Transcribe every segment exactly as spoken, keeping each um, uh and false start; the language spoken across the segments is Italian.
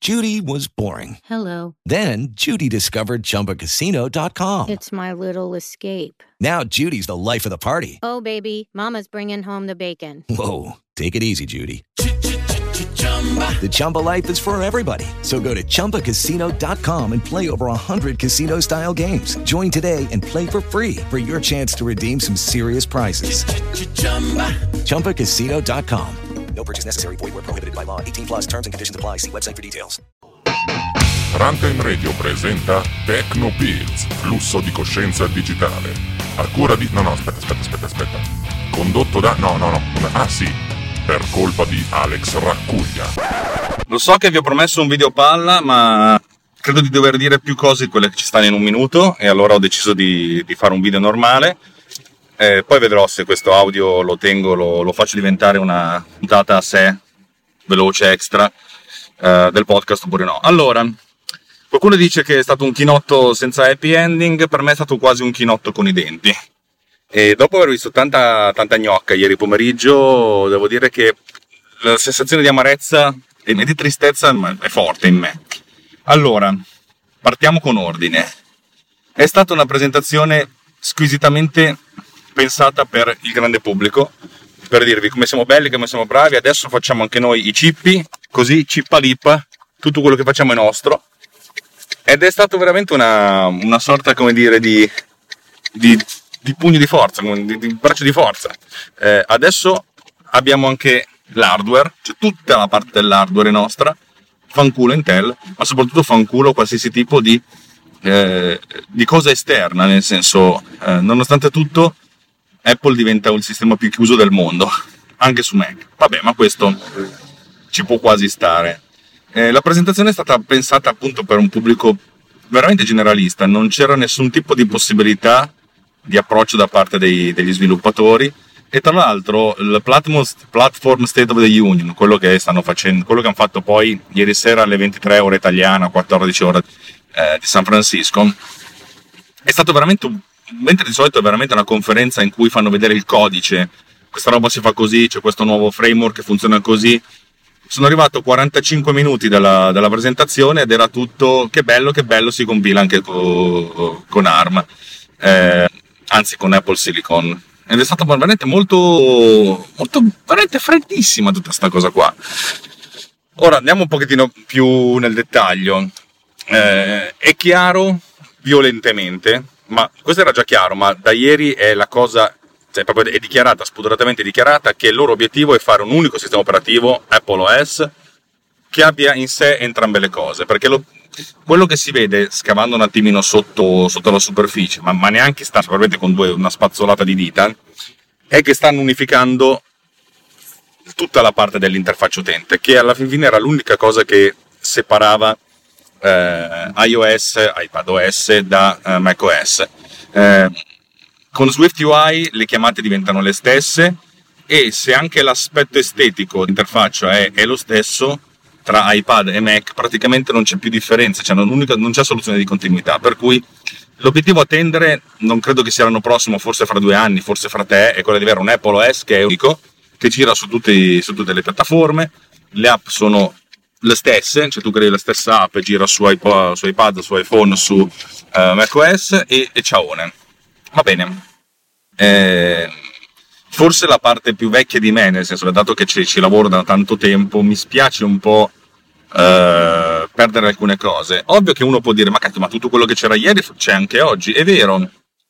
Judy was boring. Hello. Then Judy discovered Chumba Casino dot com. It's my little escape. Now Judy's the life of the party. Oh, baby, mama's bringing home the bacon. Whoa, take it easy, Judy. The Chumba life is for everybody. So go to Chumba Casino dot com and play over one hundred casino-style games. Join today and play for free for your chance to redeem some serious prizes. Chumba Casino dot com. No purchase necessary. Void where prohibited by law. eighteen plus terms and conditions apply. See website for details. Runtime Radio presenta Techno Pills, flusso di coscienza digitale. A cura di... No, no, aspetta, aspetta, aspetta, aspetta. Condotto da... No, no, no. Ah, sì. Per colpa di Alex Raccuglia. Lo so che vi ho promesso un video palla, ma credo di dover dire più cose di quelle che ci stanno in un minuto, e allora ho deciso di, di fare un video normale. Eh, poi vedrò se questo audio lo tengo, lo, lo faccio diventare una puntata a sé, veloce, extra, eh, del podcast oppure no. Allora, qualcuno dice che è stato un chinotto senza happy ending, per me è stato quasi un chinotto con i denti. E dopo aver visto tanta, tanta gnocca ieri pomeriggio, devo dire che la sensazione di amarezza e di tristezza è forte in me. Allora, partiamo con ordine. È stata una presentazione squisitamente pensata per il grande pubblico, per dirvi come siamo belli, come siamo bravi, adesso facciamo anche noi i cippi, così cippa lippa, tutto quello che facciamo è nostro. Ed è stato veramente una, una sorta, come dire, di, di, di pugno di forza, di, di braccio di forza. Eh, adesso abbiamo anche l'hardware, cioè tutta la parte dell'hardware è nostra, fanculo Intel, ma soprattutto fanculo qualsiasi tipo di, eh, di cosa esterna, nel senso, eh, nonostante tutto, Apple diventa il sistema più chiuso del mondo, anche su Mac. Vabbè, ma questo ci può quasi stare. Eh, la presentazione è stata pensata appunto per un pubblico veramente generalista, non c'era nessun tipo di possibilità di approccio da parte dei, degli sviluppatori, e tra l'altro il Platform State of the Union, quello che stanno facendo, quello che hanno fatto poi ieri sera alle ventitré ore italiana, quattordici ore eh, di San Francisco, è stato veramente un mentre di solito è veramente una conferenza in cui fanno vedere il codice, questa roba si fa così, c'è questo nuovo framework che funziona così. Sono arrivato a quarantacinque minuti dalla, dalla presentazione ed era tutto che bello, che bello, si compila anche co, con ARM, eh, anzi con Apple Silicon, ed è stata veramente molto, molto veramente freddissima tutta sta cosa qua. Ora andiamo un pochettino più nel dettaglio. Eh, è chiaro violentemente, ma questo era già chiaro, ma da ieri è la cosa, cioè proprio è dichiarata, spudoratamente dichiarata, che il loro obiettivo è fare un unico sistema operativo, Apple O S, che abbia in sé entrambe le cose, perché lo, quello che si vede scavando un attimino sotto, sotto la superficie, ma, ma neanche sta probabilmente con due, una spazzolata di dita, è che stanno unificando tutta la parte dell'interfaccia utente, che alla fin fine era l'unica cosa che separava Eh, iOS, iPadOS da eh, macOS. Eh, con SwiftUI le chiamate diventano le stesse, e se anche l'aspetto estetico dell'interfaccia è, è lo stesso tra iPad e Mac, praticamente non c'è più differenza, cioè non, unica, non c'è soluzione di continuità, per cui l'obiettivo a tendere non credo che sia l'anno prossimo, forse fra due anni, forse fra te, è quello di avere un Apple O S che è unico, che gira su, tutti, su tutte le piattaforme, le app sono le stesse, cioè tu crei la stessa app e gira su iPod, su iPad, su iPhone, su uh, macOS e, e ciaone. Va bene. Eh, forse la parte più vecchia di me, nel senso, dato che ci, ci lavoro da tanto tempo, mi spiace un po' uh, perdere alcune cose. Ovvio che uno può dire, ma cazzo, ma tutto quello che c'era ieri c'è anche oggi, è vero,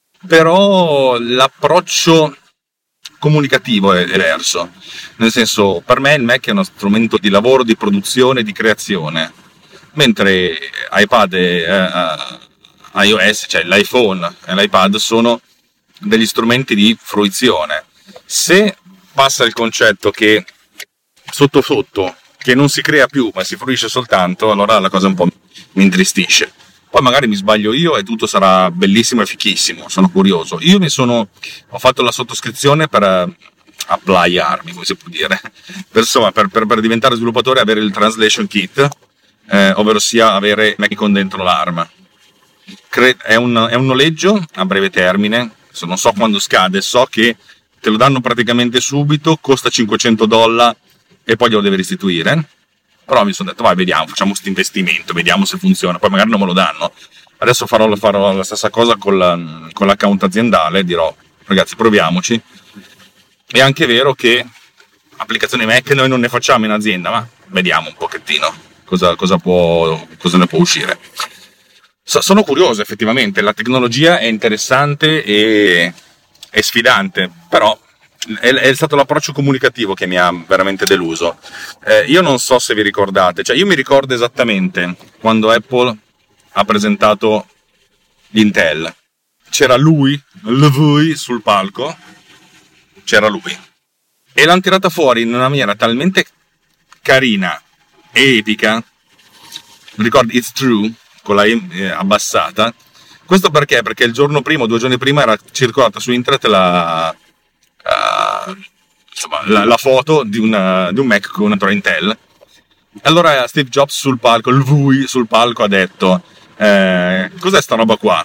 però l'approccio comunicativo è diverso, nel senso, per me il Mac è uno strumento di lavoro, di produzione, di creazione, mentre iPad e uh, iOS, cioè l'iPhone e l'iPad, sono degli strumenti di fruizione. Se passa il concetto che sotto sotto che non si crea più ma si fruisce soltanto, allora la cosa un po' mi intristisce. Poi magari mi sbaglio io e tutto sarà bellissimo e fichissimo, sono curioso. Io mi sono, ho fatto la sottoscrizione per uh, applyarmi, come si può dire, per, insomma, per, per, per diventare sviluppatore e avere il translation kit, eh, ovvero sia avere Mac con dentro l'ARM. Cre- è, un, è un noleggio a breve termine, non so quando scade, so che te lo danno praticamente subito, costa cinquecento dollari e poi glielo devi restituire. Però mi sono detto, vai, vediamo, facciamo questo investimento, vediamo se funziona, poi magari non me lo danno. Adesso farò, farò la stessa cosa con, la, con l'account aziendale, dirò, ragazzi, proviamoci. È anche vero che applicazioni Mac noi non ne facciamo in azienda, ma vediamo un pochettino cosa, cosa, può, cosa ne può uscire. So, sono curioso, effettivamente, la tecnologia è interessante e, e sfidante, però è, è stato l'approccio comunicativo che mi ha veramente deluso. Eh, io non so se vi ricordate, cioè io mi ricordo esattamente quando Apple ha presentato l'Intel. C'era lui, lui sul palco, c'era lui. E l'hanno tirata fuori in una maniera talmente carina e epica. Ricordi It's True, con la E eh, abbassata. Questo perché? Perché il giorno prima, due giorni prima, era circolata su internet la, uh, insomma, la, la foto di, una, di un Mac con una torre Intel. Allora Steve Jobs sul palco, lui sul palco ha detto eh, cos'è sta roba qua?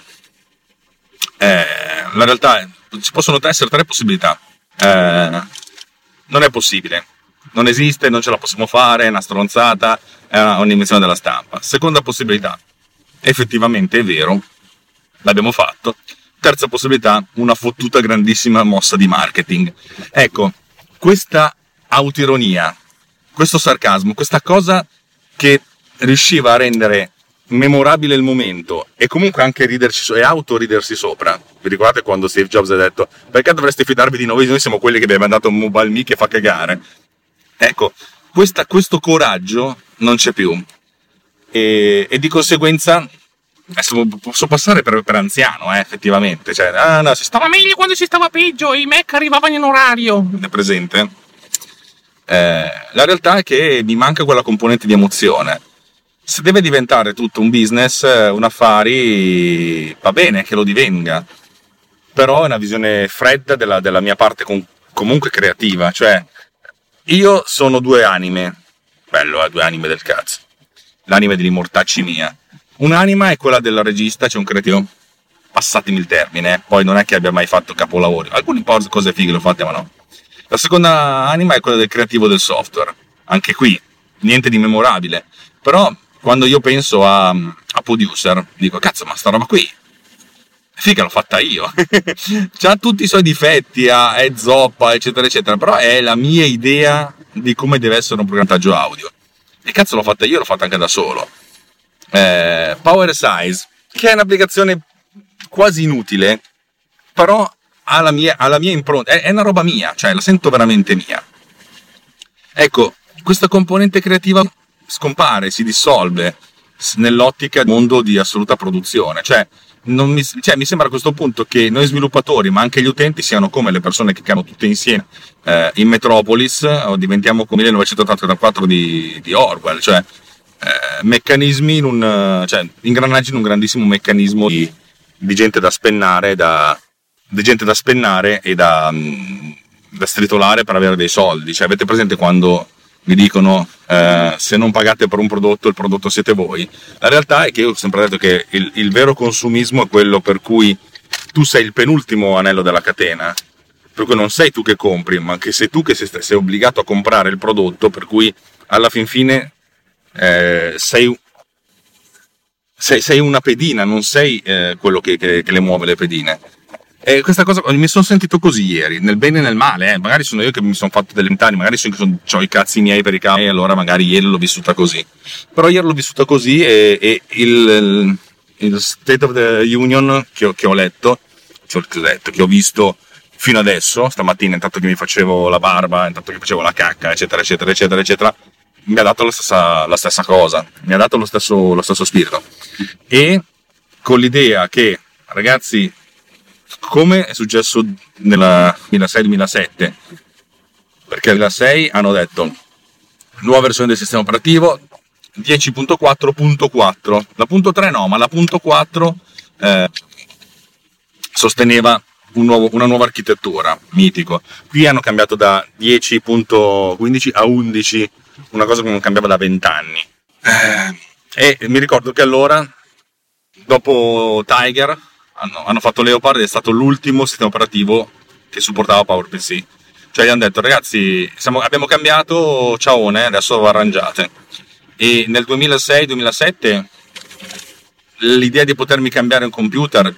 Eh, la realtà è, ci possono essere tre possibilità. Eh, non è possibile, non esiste, non ce la possiamo fare, è una stronzata, è un'invenzione della stampa. Seconda possibilità, effettivamente è vero, l'abbiamo fatto. Terza possibilità, una fottuta grandissima mossa di marketing. Ecco, questa autoironia, questo sarcasmo, questa cosa che riusciva a rendere memorabile il momento e comunque anche riderci e autoridersi sopra. Vi ricordate quando Steve Jobs ha detto perché dovreste fidarvi di noi, noi siamo quelli che vi abbiamo dato un mobile me che fa cagare? Ecco, questa, questo coraggio non c'è più e, e di conseguenza adesso posso passare per, per anziano, eh, effettivamente, cioè, ah, no, si stava meglio quando si stava peggio, i Mac arrivavano in orario, è presente? Eh, la realtà è che mi manca quella componente di emozione. Se deve diventare tutto un business, un affari, va bene che lo divenga, però è una visione fredda della, della mia parte con, comunque creativa, cioè io sono due anime, bello, eh, due anime del cazzo, l'anime degli mortacci mia, un'anima è quella del regista, c'è un creativo, passatemi il termine, poi non è che abbia mai fatto capolavori, alcune cose fighe le ho fatte ma no. La seconda anima è quella del creativo del software, anche qui niente di memorabile, però quando io penso a, a producer, dico, cazzo, ma sta roba qui, figa, l'ho fatta io. C'ha tutti i suoi difetti, è zoppa, eccetera, eccetera, però è la mia idea di come deve essere un programmaggio audio. E cazzo, l'ho fatta io, l'ho fatta anche da solo. Eh, Power Size, che è un'applicazione quasi inutile, però ha la mia, ha la mia impronta, è, è una roba mia, cioè la sento veramente mia. Ecco, questa componente creativa scompare, si dissolve nell'ottica del mondo di assoluta produzione, cioè, non mi, cioè mi sembra a questo punto che noi sviluppatori ma anche gli utenti siano come le persone che chiamano tutte insieme eh, in Metropolis o diventiamo come millenovecentottantaquattro di, di Orwell, cioè eh, meccanismi in un, cioè ingranaggi in un grandissimo meccanismo di, di gente da spennare da, di gente da spennare e da, da stritolare per avere dei soldi. Cioè, avete presente quando vi dicono eh, se non pagate per un prodotto il prodotto siete voi? La realtà è che io ho sempre detto che il, il vero consumismo è quello per cui tu sei il penultimo anello della catena, per cui non sei tu che compri, ma che sei tu che sei, sei obbligato a comprare il prodotto, per cui alla fin fine eh, sei, sei, sei una pedina, non sei eh, quello che, che, che le muove le pedine. E questa cosa mi sono sentito così ieri, nel bene e nel male, eh. Magari sono io che mi sono fatto delle vent'anni, magari sono, sono, ho i cazzi miei per i cavoli, e allora magari ieri l'ho vissuta così. Però ieri l'ho vissuta così e, e il, il State of the Union che ho, che ho letto, che ho letto, che ho visto fino adesso, stamattina, intanto che mi facevo la barba, intanto che facevo la cacca, eccetera, eccetera, eccetera, eccetera, mi ha dato la stessa, la stessa cosa, mi ha dato lo stesso, lo stesso spirito. E con l'idea che, ragazzi, come è successo nel duemilasei duemilasette, perché nel duemilasei hanno detto nuova versione del sistema operativo dieci punto quattro punto quattro, la punto tre no, ma la punto quattro eh, sosteneva un nuovo, una nuova architettura, mitico. Qui hanno cambiato da dieci punto quindici a undici, una cosa che non cambiava da venti anni. Eh, e mi ricordo che allora, dopo Tiger, hanno, hanno fatto Leopard, è stato l'ultimo sistema operativo che supportava PowerPC. Cioè gli hanno detto, ragazzi, siamo, abbiamo cambiato, ciaone, adesso arrangiate. E nel duemilasei duemilasette l'idea di potermi cambiare un computer,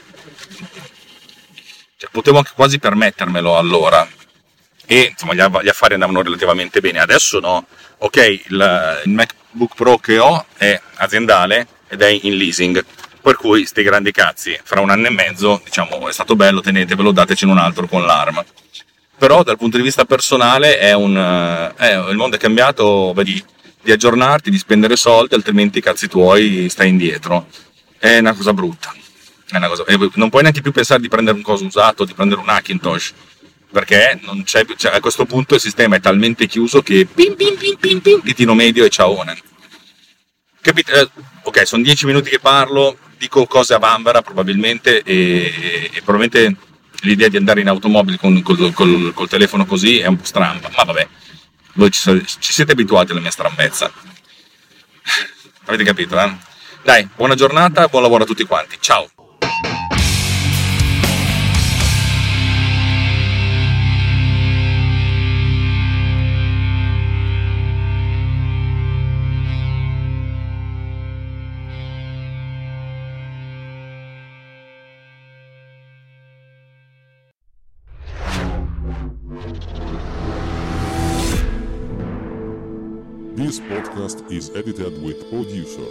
cioè, potevo anche quasi permettermelo allora, e insomma gli, gli affari andavano relativamente bene. Adesso no, ok, il, il MacBook Pro che ho è aziendale ed è in leasing, per cui sti grandi cazzi, fra un anno e mezzo diciamo è stato bello, tenetevelo, datecene un altro con l'A R M. Però dal punto di vista personale è un è, il mondo è cambiato, vedi, di aggiornarti, di spendere soldi, altrimenti i cazzi tuoi stai indietro. È una cosa brutta, è una cosa, non puoi neanche più pensare di prendere un coso usato, di prendere un Hackintosh, perché non c'è, cioè, a questo punto il sistema è talmente chiuso che pim pim pim pim pim, ditino medio e ciaone. Capite? Eh, ok, sono dieci minuti che parlo, dico cose a vanvera probabilmente, e, e probabilmente l'idea di andare in automobile con, col, col, col telefono così è un po' stramba, ma vabbè, voi ci, ci siete abituati alla mia strambezza. Avete capito, eh? Dai, buona giornata, buon lavoro a tutti quanti, ciao! This podcast is edited with Producer.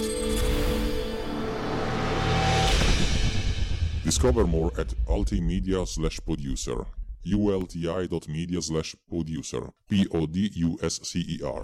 Discover more at ultimedia slash producer. ulti.media slash producer. P O D U S C E R.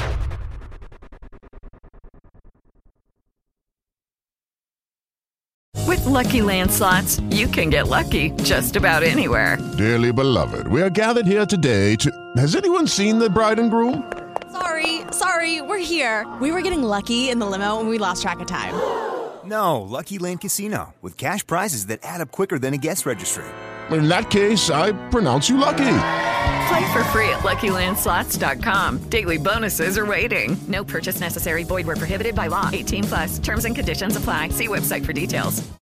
With Lucky Land Slots, you can get lucky just about anywhere. Dearly beloved, we are gathered here today to... Has anyone seen the bride and groom? Sorry, sorry, we're here. We were getting lucky in the limo and we lost track of time. No, Lucky Land Casino, with cash prizes that add up quicker than a guest registry. In that case, I pronounce you lucky. Play for free at lucky land slots dot com. Daily bonuses are waiting. No purchase necessary. Void where prohibited by law. eighteen plus. Terms and conditions apply. See website for details.